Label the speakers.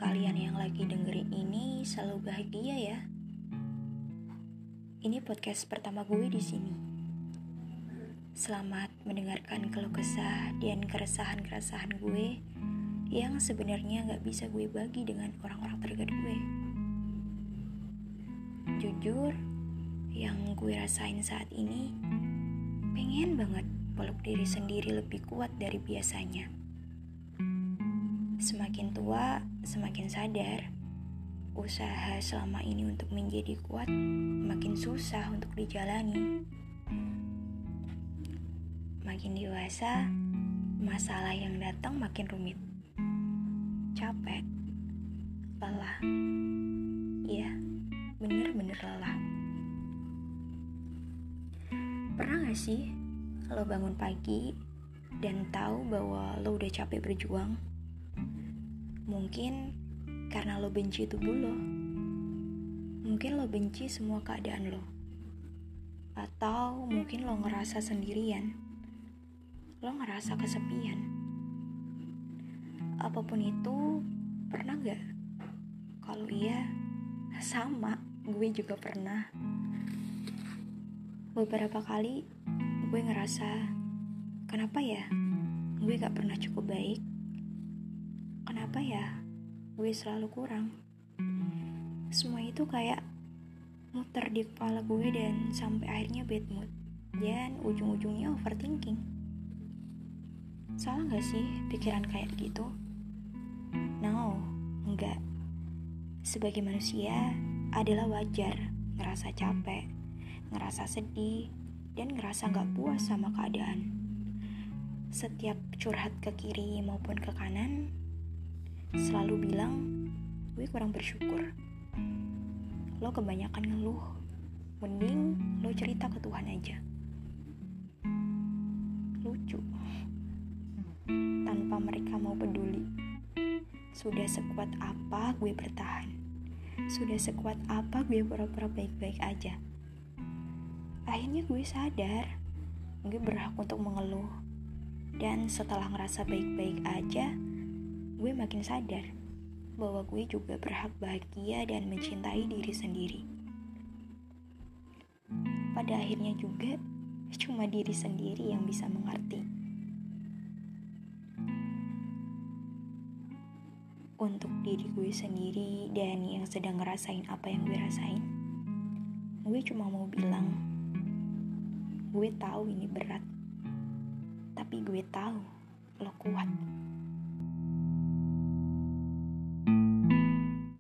Speaker 1: kalian yang lagi dengerin ini selalu bahagia ya. Ini podcast pertama gue di sini. Selamat mendengarkan keluh kesah dan keresahan-keresahan gue yang sebenarnya gak bisa gue bagi dengan orang-orang terdekat gue. Jujur, yang gue rasain saat ini, pengen banget peluk diri sendiri lebih kuat dari biasanya. Semakin tua, semakin sadar, usaha selama ini untuk menjadi kuat makin susah untuk dijalani. Makin dewasa, masalah yang datang makin rumit. Capek, lelah. Iya, bener-bener lelah. Pernah gak sih lo bangun pagi dan tahu bahwa lo udah capek berjuang? Mungkin karena lo benci tubuh lo. Mungkin lo benci semua keadaan lo. Atau mungkin lo ngerasa sendirian. Lo ngerasa kesepian. Apapun itu, pernah gak? Kalau iya, sama, gue juga pernah. Beberapa kali gue ngerasa, kenapa ya gue gak pernah cukup baik? Kenapa ya gue selalu kurang? Semua itu kayak muter di kepala gue dan sampai akhirnya bad mood. Dan ujung-ujungnya overthinking. Salah gak sih pikiran kayak gitu? No, enggak. Sebagai manusia adalah wajar ngerasa capek, ngerasa sedih, dan ngerasa gak puas sama keadaan. Setiap curhat ke kiri maupun ke kanan, selalu bilang, gue kurang bersyukur. Lo kebanyakan ngeluh, mending lo cerita ke Tuhan aja. Lucu. Tanpa mereka mau peduli. Sudah sekuat apa gue bertahan? Sudah sekuat apa gue pura-pura baik-baik aja? Akhirnya gue sadar, gue berhak untuk mengeluh. Dan setelah ngerasa baik-baik aja, gue makin sadar bahwa gue juga berhak bahagia dan mencintai diri sendiri. Pada akhirnya juga, cuma diri sendiri yang bisa mengerti. Untuk diri gue sendiri dan yang sedang ngerasain apa yang gue rasain, gue cuma mau bilang, gue tahu ini berat, tapi gue tahu lo kuat.